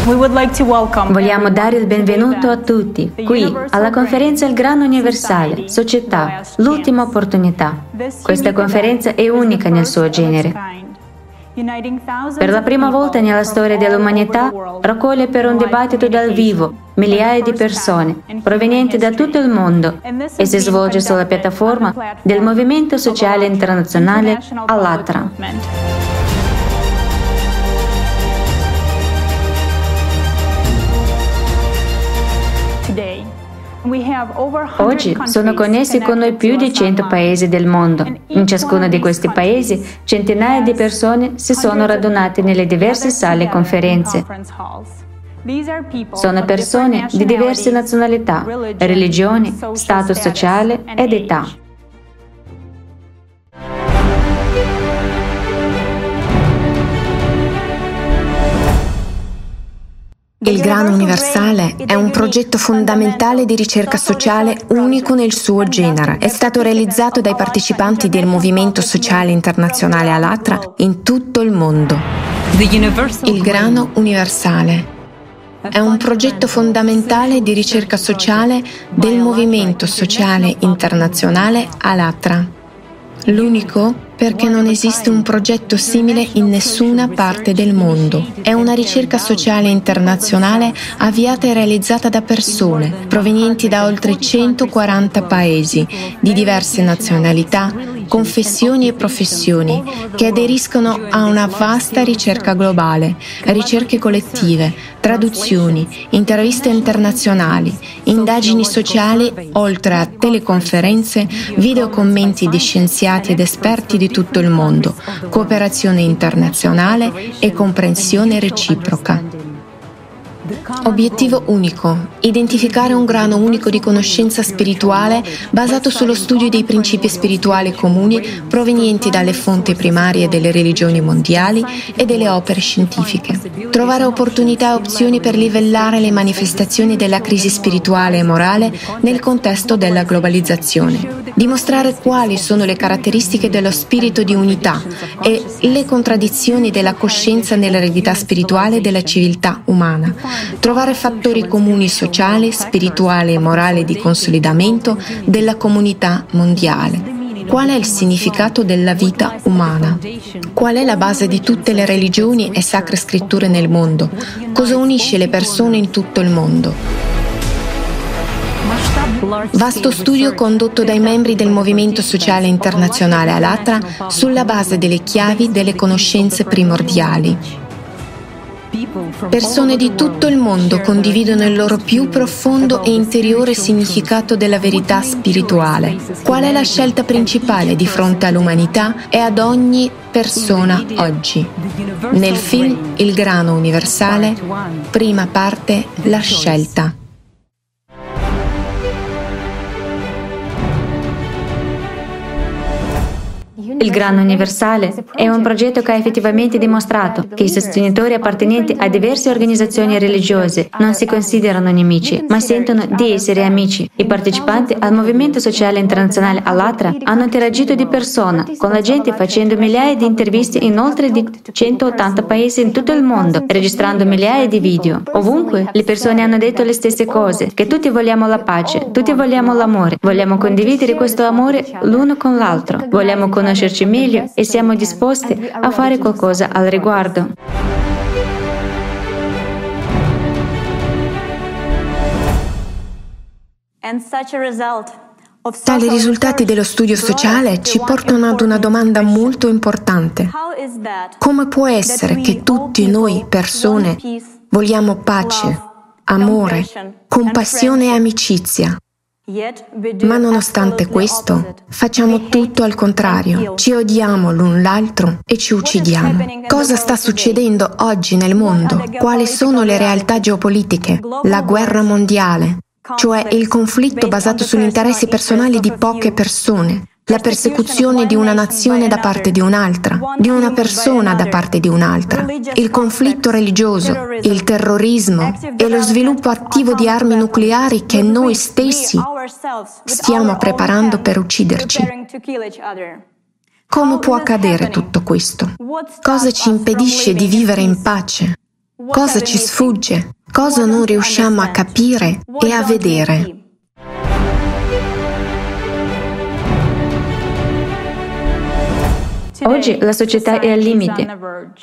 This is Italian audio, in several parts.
Vogliamo dare il benvenuto a tutti, qui, alla conferenza Il Grano Universale, Società, l'ultima opportunità. Questa conferenza è unica nel suo genere. Per la prima volta nella storia dell'umanità, raccoglie per un dibattito dal vivo migliaia di persone provenienti da tutto il mondo e si svolge sulla piattaforma del Movimento Sociale Internazionale ALLATRA. Oggi sono connessi con noi più di 100 paesi del mondo. In ciascuno di questi paesi centinaia di persone si sono radunate nelle diverse sale conferenze. Sono persone di diverse nazionalità, religioni, status sociale ed età. Il Grano Universale è un progetto fondamentale di ricerca sociale unico nel suo genere. È stato realizzato dai partecipanti del Movimento Sociale Internazionale ALLATRA in tutto il mondo. Il Grano Universale è un progetto fondamentale di ricerca sociale del Movimento Sociale Internazionale ALLATRA. L'unico perché non esiste un progetto simile in nessuna parte del mondo. È una ricerca sociale internazionale avviata e realizzata da persone provenienti da oltre 140 paesi, di diverse nazionalità, confessioni e professioni, che aderiscono a una vasta ricerca globale, ricerche collettive, traduzioni, interviste internazionali, indagini sociali, oltre a teleconferenze, videocommenti di scienziati ed esperti di tutto il mondo, cooperazione internazionale e comprensione reciproca. Obiettivo unico: identificare un grano unico di conoscenza spirituale basato sullo studio dei principi spirituali comuni provenienti dalle fonti primarie delle religioni mondiali e delle opere scientifiche. Trovare opportunità e opzioni per livellare le manifestazioni della crisi spirituale e morale nel contesto della globalizzazione. Dimostrare quali sono le caratteristiche dello spirito di unità e le contraddizioni della coscienza nell'eredità spirituale della civiltà umana. Trovare fattori comuni sociali, spirituali e morali di consolidamento della comunità mondiale. Qual è il significato della vita umana? Qual è la base di tutte le religioni e sacre scritture nel mondo? Cosa unisce le persone in tutto il mondo? Vasto studio condotto dai membri del Movimento Sociale Internazionale ALLATRA sulla base delle chiavi delle conoscenze primordiali. Persone di tutto il mondo condividono il loro più profondo e interiore significato della verità spirituale. Qual è la scelta principale di fronte all'umanità e ad ogni persona oggi? Nel film Il Grano Universale, prima parte, la scelta. Il Grano Universale è un progetto che ha effettivamente dimostrato che i sostenitori appartenenti a diverse organizzazioni religiose non si considerano nemici, ma sentono di essere amici. I partecipanti al Movimento Sociale Internazionale ALLATRA hanno interagito di persona con la gente facendo migliaia di interviste in oltre di 180 paesi in tutto il mondo, registrando migliaia di video. Ovunque le persone hanno detto le stesse cose, che tutti vogliamo la pace, tutti vogliamo l'amore, vogliamo condividere questo amore l'uno con l'altro, vogliamo conoscerci meglio e siamo disposti a fare qualcosa al riguardo. Tali risultati dello studio sociale ci portano ad una domanda molto importante. Come può essere che tutti noi persone vogliamo pace, amore, compassione e amicizia? Ma nonostante questo, facciamo tutto al contrario. Ci odiamo l'un l'altro e ci uccidiamo. Cosa sta succedendo oggi nel mondo? Quali sono le realtà geopolitiche? La guerra mondiale, cioè il conflitto basato sugli interessi personali di poche persone. La persecuzione di una nazione da parte di un'altra, di una persona da parte di un'altra, il conflitto religioso, il terrorismo e lo sviluppo attivo di armi nucleari che noi stessi stiamo preparando per ucciderci. Come può accadere tutto questo? Cosa ci impedisce di vivere in pace? Cosa ci sfugge? Cosa non riusciamo a capire e a vedere? Oggi la società è al limite.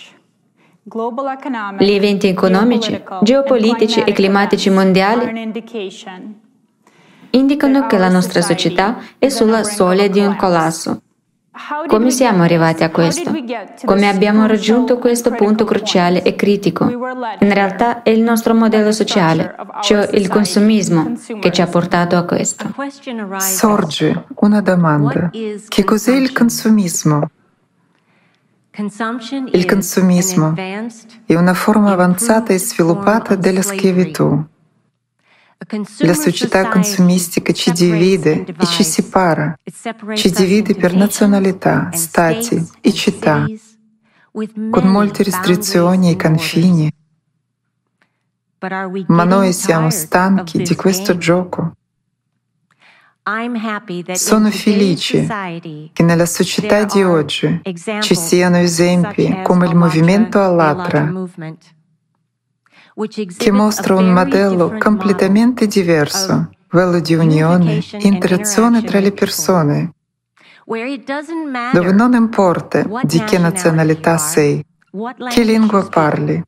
Gli eventi economici, geopolitici e climatici mondiali indicano che la nostra società è sulla soglia di un collasso. Come siamo arrivati a questo? Come abbiamo raggiunto questo punto cruciale e critico? In realtà è il nostro modello sociale, cioè il consumismo, che ci ha portato a questo. Sorge una domanda. Che cos'è il consumismo? Il consumismo è una forma avanzata e sviluppata della schiavitù. La società consumistica ci divide e ci separa. Ci divide per nazionalità, stati e città, con molte restrizioni e confini. Ma noi siamo stanchi di questo gioco. Sono felice che nella società di oggi ci siano esempi come il movimento Allatra, che mostra un modello completamente diverso, quello di unione e interazione tra le persone, dove non importa di che nazionalità sei, che lingua parli,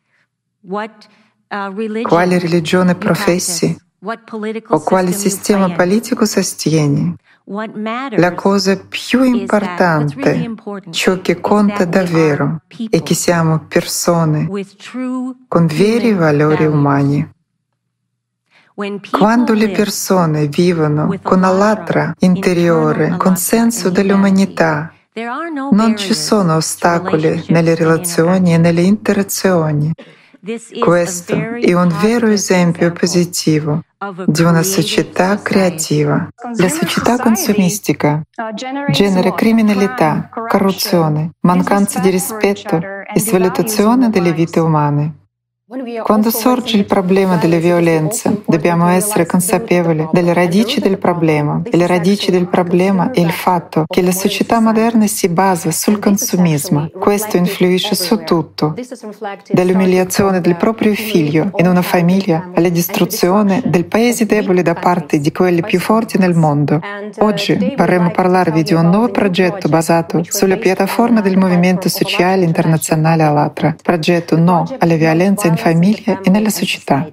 quale religione professi o quale sistema politico sostieni. La cosa più importante, ciò che conta davvero, è che siamo persone con veri valori umani. Quando le persone vivono con Allatra interiore, con senso dell'umanità, non ci sono ostacoli nelle relazioni e nelle interazioni. Questo è un vero esempio positivo di una società creativa. La società consumistica genera criminalità, corruzione, mancanza di rispetto e svalutazione delle vite umane. Quando sorge il problema della violenza, dobbiamo essere consapevoli delle radici del problema. E le radici del problema è il fatto che la società moderna si basa sul consumismo. Questo influisce su tutto, dall'umiliazione del proprio figlio in una famiglia alla distruzione del paese debole da parte di quelli più forti nel mondo. Oggi vorremmo parlarvi di un nuovo progetto basato sulla piattaforma del Movimento Sociale Internazionale Allatra, progetto No alla violenza in famiglia e nella società.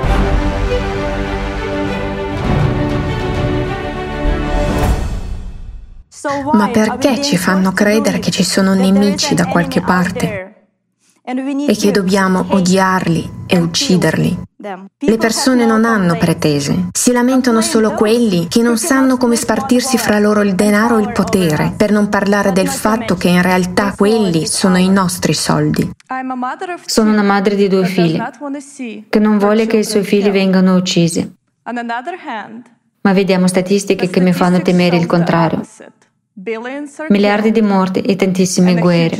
Ma perché ci fanno credere che ci sono nemici da qualche parte e che dobbiamo odiarli e ucciderli? Le persone non hanno pretese, si lamentano solo quelli che non sanno come spartirsi fra loro il denaro e il potere, per non parlare del fatto che in realtà quelli sono i nostri soldi. Sono una madre di 2 figli, che non vuole che i suoi figli vengano uccisi. Ma vediamo statistiche che mi fanno temere il contrario. Miliardi di morti e tantissime guerre.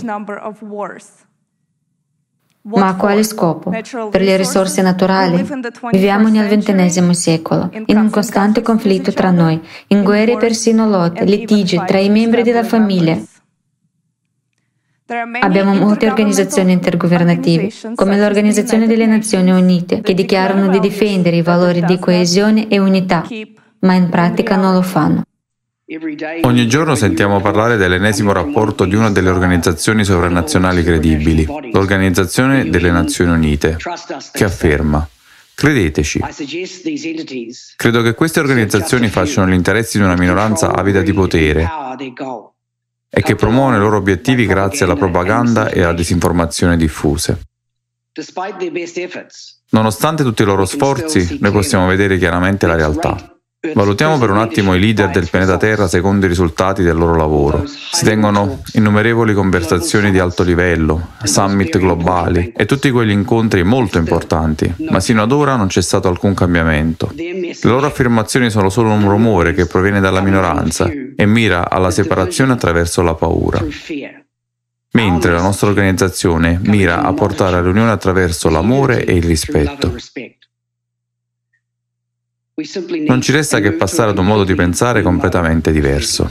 Ma a quale scopo? Per le risorse naturali? Viviamo nel XX secolo, in un costante conflitto tra noi, in guerre e persino lotte, litigi tra i membri della famiglia. Abbiamo molte organizzazioni intergovernative, come l'Organizzazione delle Nazioni Unite, che dichiarano di difendere i valori di coesione e unità, ma in pratica non lo fanno. Ogni giorno sentiamo parlare dell'ennesimo rapporto di una delle organizzazioni sovranazionali credibili, l'Organizzazione delle Nazioni Unite, che afferma: credeteci. Credo che queste organizzazioni facciano gli interessi di una minoranza avida di potere e che promuovono i loro obiettivi grazie alla propaganda e alla disinformazione diffuse. Nonostante tutti i loro sforzi, noi possiamo vedere chiaramente la realtà. Valutiamo per un attimo i leader del pianeta Terra secondo i risultati del loro lavoro. Si tengono innumerevoli conversazioni di alto livello, summit globali e tutti quegli incontri molto importanti, ma sino ad ora non c'è stato alcun cambiamento. Le loro affermazioni sono solo un rumore che proviene dalla minoranza e mira alla separazione attraverso la paura. Mentre la nostra organizzazione mira a portare all'unione attraverso l'amore e il rispetto. Non ci resta che passare ad un modo di pensare completamente diverso.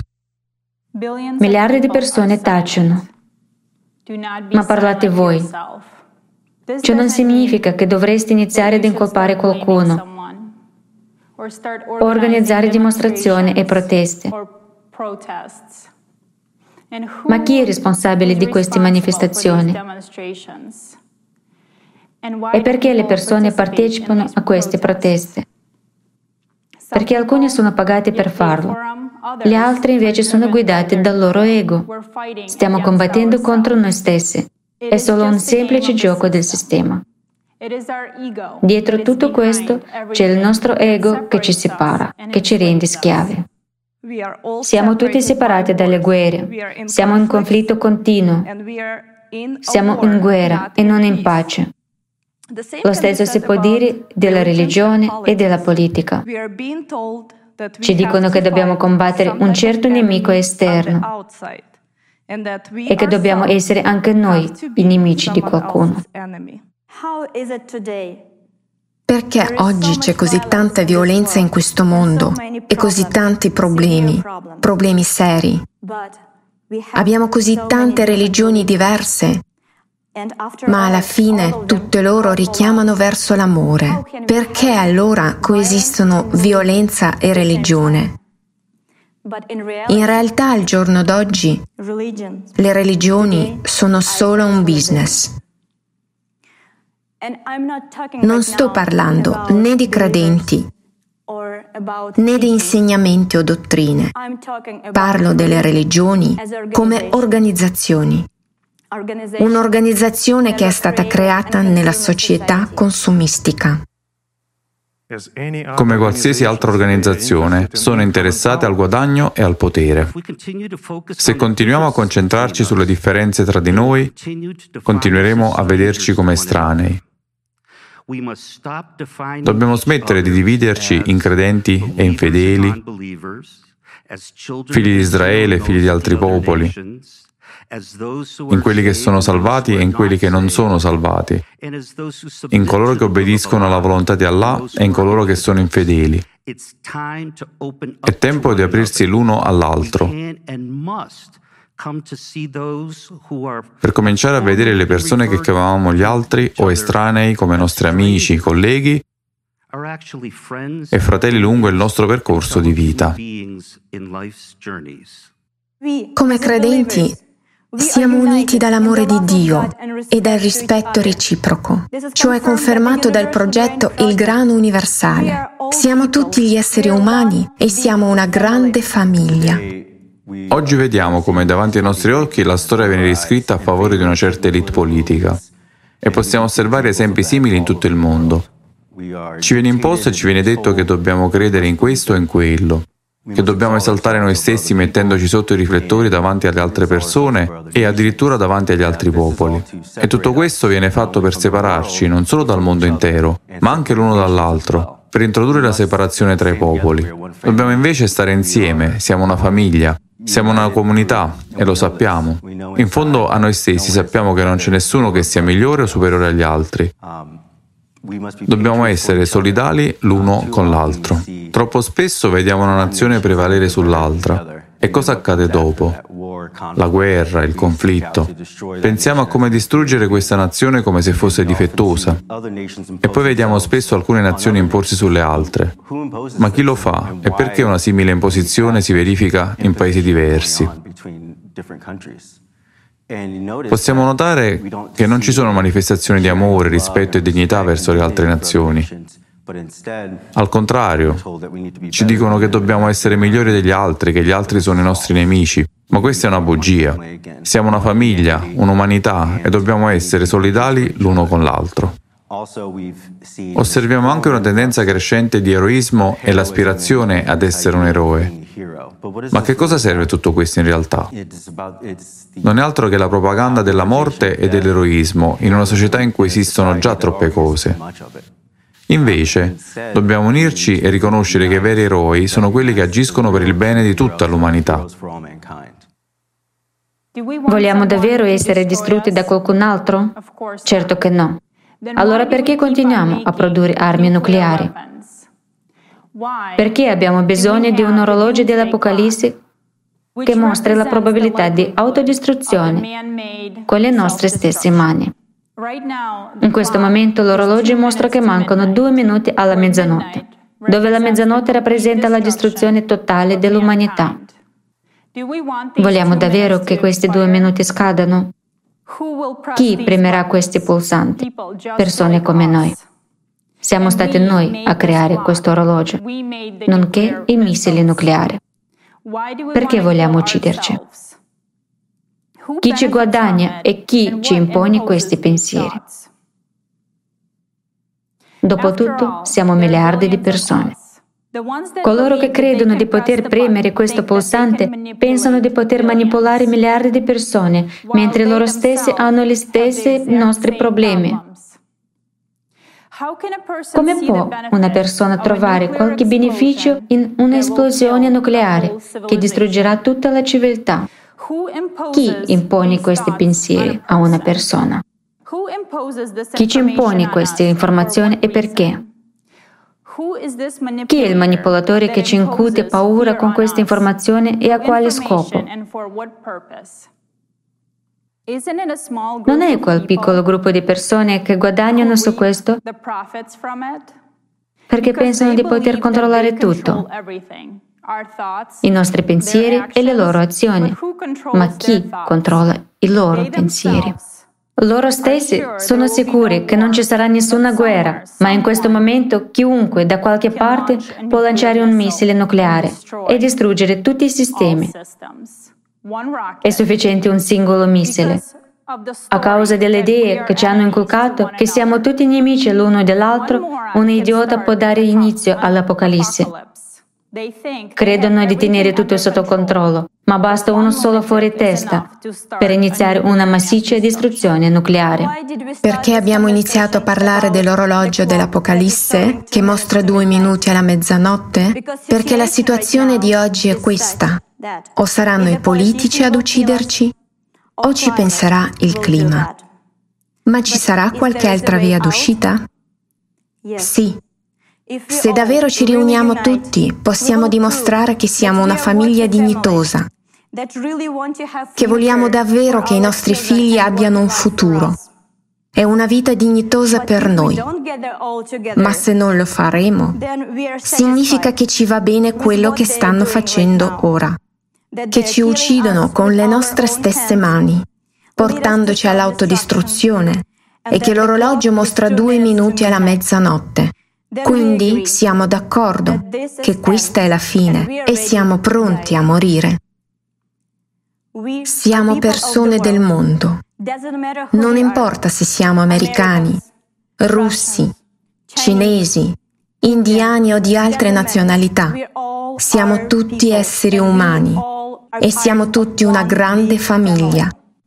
Miliardi di persone tacciono. Ma parlate voi. Ciò non significa che dovresti iniziare ad incolpare qualcuno o organizzare dimostrazioni e proteste. Ma chi è responsabile di queste manifestazioni? E perché le persone partecipano a queste proteste? Perché alcuni sono pagati per farlo, gli altri invece sono guidati dal loro ego. Stiamo combattendo contro noi stessi. È solo un semplice gioco del sistema. Dietro tutto questo c'è il nostro ego che ci separa, che ci rende schiavi. Siamo tutti separati dalle guerre, siamo in conflitto continuo, siamo in guerra e non in pace. Lo stesso si può dire della religione e della politica. Ci dicono che dobbiamo combattere un certo nemico esterno e che dobbiamo essere anche noi i nemici di qualcuno. Perché oggi c'è così tanta violenza in questo mondo e così tanti problemi seri? Abbiamo così tante religioni diverse, ma alla fine tutte loro richiamano verso l'amore. Perché allora coesistono violenza e religione? In realtà al giorno d'oggi le religioni sono solo un business. Non sto parlando né di credenti né di insegnamenti o dottrine. Parlo delle religioni come organizzazioni. Un'organizzazione che è stata creata nella società consumistica. Come qualsiasi altra organizzazione, sono interessate al guadagno e al potere. Se continuiamo a concentrarci sulle differenze tra di noi, continueremo a vederci come estranei. Dobbiamo smettere di dividerci in credenti e infedeli, figli di Israele e figli di altri popoli, in quelli che sono salvati e in quelli che non sono salvati, in coloro che obbediscono alla volontà di Allah e in coloro che sono infedeli. È tempo di aprirsi l'uno all'altro, per cominciare a vedere le persone che chiamavamo gli altri o estranei come nostri amici, colleghi e fratelli lungo il nostro percorso di vita. Come credenti siamo uniti dall'amore di Dio e dal rispetto reciproco. Ciò è confermato dal progetto Il Grano Universale. Siamo tutti gli esseri umani e siamo una grande famiglia. Oggi vediamo come davanti ai nostri occhi la storia viene riscritta a favore di una certa elite politica e possiamo osservare esempi simili in tutto il mondo. Ci viene imposto e ci viene detto che dobbiamo credere in questo e in quello, che dobbiamo esaltare noi stessi mettendoci sotto i riflettori davanti alle altre persone e addirittura davanti agli altri popoli. E tutto questo viene fatto per separarci non solo dal mondo intero, ma anche l'uno dall'altro, per introdurre la separazione tra i popoli. Dobbiamo invece stare insieme, siamo una famiglia, siamo una comunità e lo sappiamo. In fondo a noi stessi sappiamo che non c'è nessuno che sia migliore o superiore agli altri. Dobbiamo essere solidali l'uno con l'altro. Troppo spesso vediamo una nazione prevalere sull'altra. E cosa accade dopo? La guerra, il conflitto. Pensiamo a come distruggere questa nazione come se fosse difettosa. E poi vediamo spesso alcune nazioni imporsi sulle altre. Ma chi lo fa? E perché una simile imposizione si verifica in paesi diversi? Possiamo notare che non ci sono manifestazioni di amore, rispetto e dignità verso le altre nazioni. Al contrario, ci dicono che dobbiamo essere migliori degli altri, che gli altri sono i nostri nemici. Ma questa è una bugia. Siamo una famiglia, un'umanità e dobbiamo essere solidali l'uno con l'altro. Osserviamo anche una tendenza crescente di eroismo e l'aspirazione ad essere un eroe. Ma a che cosa serve tutto questo in realtà? Non è altro che la propaganda della morte e dell'eroismo in una società in cui esistono già troppe cose. Invece, dobbiamo unirci e riconoscere che i veri eroi sono quelli che agiscono per il bene di tutta l'umanità. Vogliamo davvero essere distrutti da qualcun altro? Certo che no. Allora perché continuiamo a produrre armi nucleari? Perché abbiamo bisogno di un orologio dell'Apocalisse che mostri la probabilità di autodistruzione con le nostre stesse mani? In questo momento l'orologio mostra che mancano 2 minuti alla mezzanotte, dove la mezzanotte rappresenta la distruzione totale dell'umanità. Vogliamo davvero che questi 2 minuti scadano? Chi premerà questi pulsanti? Persone come noi. Siamo stati noi a creare questo orologio, nonché i missili nucleari. Perché vogliamo ucciderci? Chi ci guadagna e chi ci impone questi pensieri? Dopotutto, siamo miliardi di persone. Coloro che credono di poter premere questo pulsante pensano di poter manipolare miliardi di persone, mentre loro stessi hanno gli stessi nostri problemi. Come può una persona trovare qualche beneficio in un'esplosione nucleare che distruggerà tutta la civiltà? Chi impone questi pensieri a una persona? Chi ci impone queste informazioni e perché? Chi è il manipolatore che ci incute paura con queste informazioni e a quale scopo? Non è quel piccolo gruppo di persone che guadagnano su questo perché pensano di poter controllare tutto, i nostri pensieri e le loro azioni. Ma chi controlla i loro pensieri? Loro stessi sono sicuri che non ci sarà nessuna guerra, ma in questo momento chiunque da qualche parte può lanciare un missile nucleare e distruggere tutti i sistemi. È sufficiente un singolo missile. A causa delle idee che ci hanno inculcato che siamo tutti nemici l'uno dell'altro, un idiota può dare inizio all'Apocalisse. Credono di tenere tutto sotto controllo, ma basta uno solo fuori testa per iniziare una massiccia distruzione nucleare. Perché abbiamo iniziato a parlare dell'orologio dell'Apocalisse che mostra 2 minuti alla mezzanotte? Perché la situazione di oggi è questa. O saranno i politici ad ucciderci, o ci penserà il clima. Ma ci sarà qualche altra via d'uscita? Sì. Se davvero ci riuniamo tutti, possiamo dimostrare che siamo una famiglia dignitosa, che vogliamo davvero che i nostri figli abbiano un futuro e una vita dignitosa per noi. Ma se non lo faremo, significa che ci va bene quello che stanno facendo ora, che ci uccidono con le nostre stesse mani, portandoci all'autodistruzione, e che l'orologio mostra 2 minuti alla mezzanotte. Quindi siamo d'accordo che questa è la fine e siamo pronti a morire. Siamo persone del mondo. Non importa se siamo americani, russi, cinesi, indiani o di altre nazionalità. Siamo tutti esseri umani e siamo tutti una grande famiglia.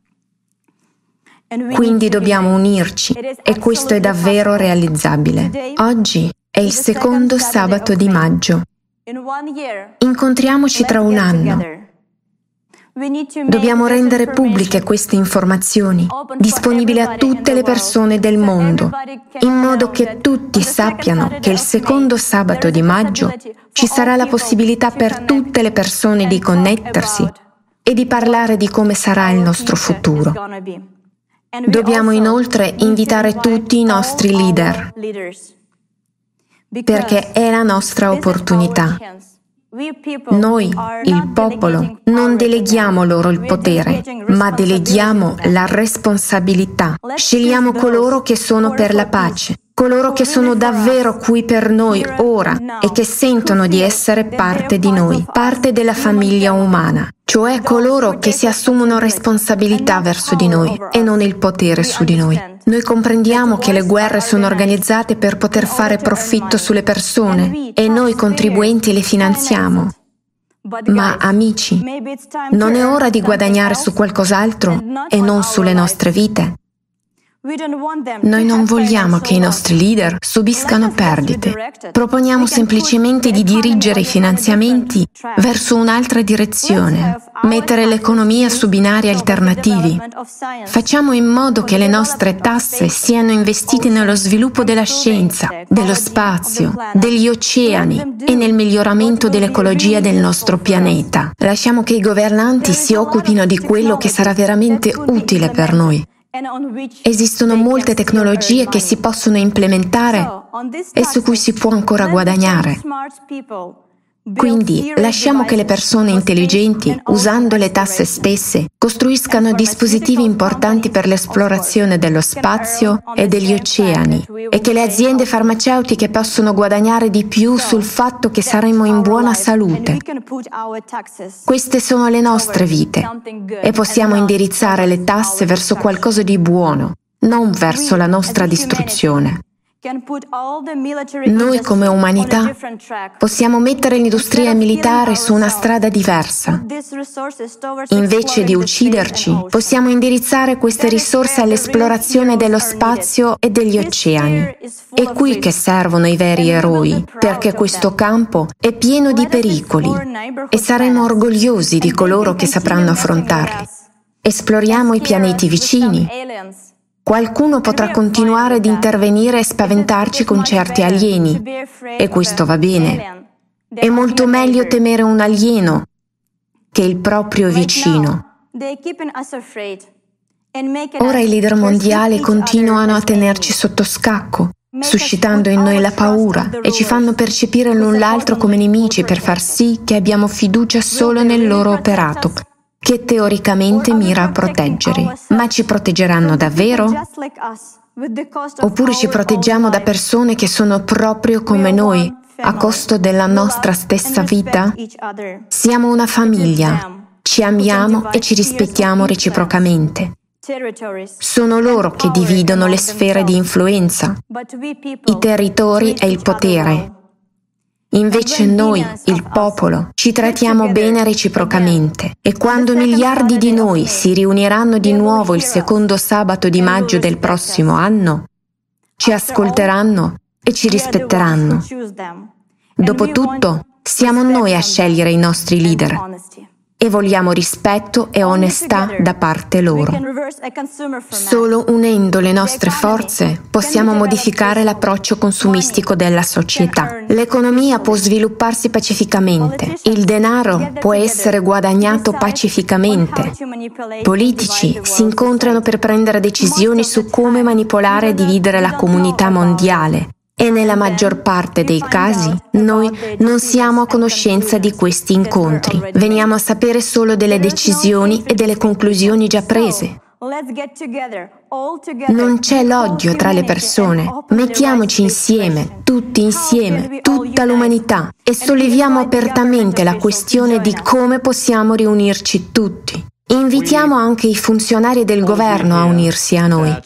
Quindi dobbiamo unirci e questo è davvero realizzabile. Oggi è il 2° sabato di maggio. Incontriamoci tra un anno. Dobbiamo rendere pubbliche queste informazioni, disponibili a tutte le persone del mondo, in modo che tutti sappiano che il 2° sabato di maggio ci sarà la possibilità per tutte le persone di connettersi e di parlare di come sarà il nostro futuro. Dobbiamo inoltre invitare tutti i nostri leader, perché è la nostra opportunità. Noi, il popolo, non deleghiamo loro il potere, ma deleghiamo la responsabilità. Scegliamo coloro che sono per la pace, coloro che sono davvero qui per noi ora e che sentono di essere parte di noi, parte della famiglia umana, cioè coloro che si assumono responsabilità verso di noi e non il potere su di noi. Noi comprendiamo che le guerre sono organizzate per poter fare profitto sulle persone e noi contribuenti le finanziamo. Ma amici, non è ora di guadagnare su qualcos'altro e non sulle nostre vite? Noi non vogliamo che i nostri leader subiscano perdite. Proponiamo semplicemente di dirigere i finanziamenti verso un'altra direzione, mettere l'economia su binari alternativi. Facciamo in modo che le nostre tasse siano investite nello sviluppo della scienza, dello spazio, degli oceani e nel miglioramento dell'ecologia del nostro pianeta. Lasciamo che i governanti si occupino di quello che sarà veramente utile per noi. Esistono molte tecnologie che si possono implementare e su cui si può ancora guadagnare. Quindi lasciamo che le persone intelligenti, usando le tasse stesse, costruiscano dispositivi importanti per l'esplorazione dello spazio e degli oceani e che le aziende farmaceutiche possono guadagnare di più sul fatto che saremo in buona salute. Queste sono le nostre vite e possiamo indirizzare le tasse verso qualcosa di buono, non verso la nostra distruzione. Noi come umanità possiamo mettere l'industria militare su una strada diversa. Invece di ucciderci, possiamo indirizzare queste risorse all'esplorazione dello spazio e degli oceani. È qui che servono i veri eroi, perché questo campo è pieno di pericoli e saremo orgogliosi di coloro che sapranno affrontarli. Esploriamo i pianeti vicini. Qualcuno potrà continuare ad intervenire e spaventarci con certi alieni, e questo va bene. È molto meglio temere un alieno che il proprio vicino. Ora i leader mondiali continuano a tenerci sotto scacco, suscitando in noi la paura e ci fanno percepire l'un l'altro come nemici per far sì che abbiamo fiducia solo nel loro operato, che teoricamente mira a proteggere. Ma ci proteggeranno davvero? Oppure ci proteggiamo da persone che sono proprio come noi, a costo della nostra stessa vita? Siamo una famiglia, ci amiamo e ci rispettiamo reciprocamente. Sono loro che dividono le sfere di influenza, i territori e il potere. Invece noi, il popolo, ci trattiamo bene reciprocamente e quando miliardi di noi si riuniranno di nuovo il secondo sabato di maggio del prossimo anno, ci ascolteranno e ci rispetteranno. Dopotutto, siamo noi a scegliere i nostri leader e vogliamo rispetto e onestà da parte loro. Solo unendo le nostre forze possiamo modificare l'approccio consumistico della società. L'economia può svilupparsi pacificamente, il denaro può essere guadagnato pacificamente. Politici si incontrano per prendere decisioni su come manipolare e dividere la comunità mondiale. E nella maggior parte dei casi noi non siamo a conoscenza di questi incontri. Veniamo a sapere solo delle decisioni e delle conclusioni già prese. Non c'è l'odio tra le persone. Mettiamoci insieme, tutti insieme, tutta l'umanità, e solleviamo apertamente la questione di come possiamo riunirci tutti. Invitiamo anche i funzionari del governo a unirsi a noi.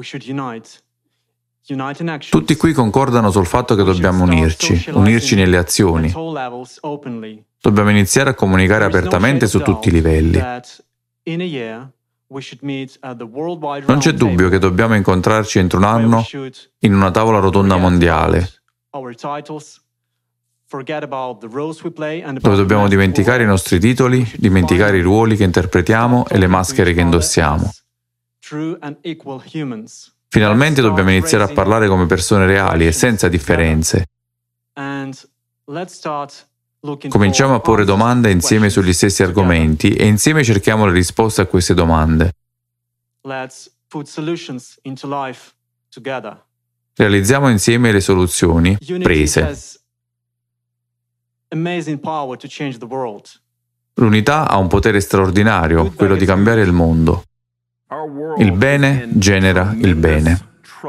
Tutti qui concordano sul fatto che dobbiamo unirci nelle azioni. Dobbiamo iniziare a comunicare apertamente su tutti i livelli. Non c'è dubbio che dobbiamo incontrarci entro un anno in una tavola rotonda mondiale, dove dobbiamo dimenticare i nostri titoli, dimenticare i ruoli che interpretiamo e le maschere che indossiamo. Finalmente dobbiamo iniziare a parlare come persone reali e senza differenze. Cominciamo a porre domande insieme sugli stessi argomenti e insieme cerchiamo le risposte a queste domande. Realizziamo insieme le soluzioni prese. L'unità ha un potere straordinario, quello di cambiare il mondo. Il bene genera il bene.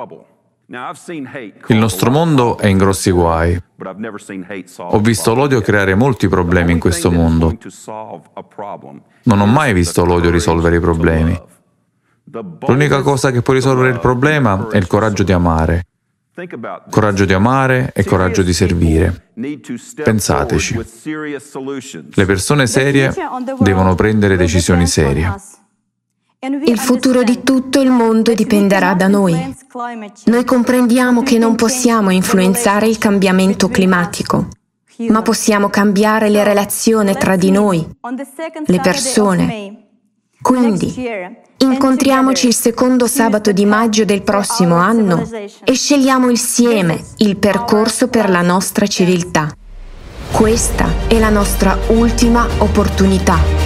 Il nostro mondo è in grossi guai. Ho visto l'odio creare molti problemi in questo mondo. Non ho mai visto l'odio risolvere i problemi. L'unica cosa che può risolvere il problema è il coraggio di amare. Coraggio di amare e coraggio di servire. Pensateci. Le persone serie devono prendere decisioni serie. Il futuro di tutto il mondo dipenderà da noi. Noi comprendiamo che non possiamo influenzare il cambiamento climatico, ma possiamo cambiare le relazioni tra di noi, le persone. Quindi, incontriamoci il secondo sabato di maggio del prossimo anno e scegliamo insieme il percorso per la nostra civiltà. Questa è la nostra ultima opportunità.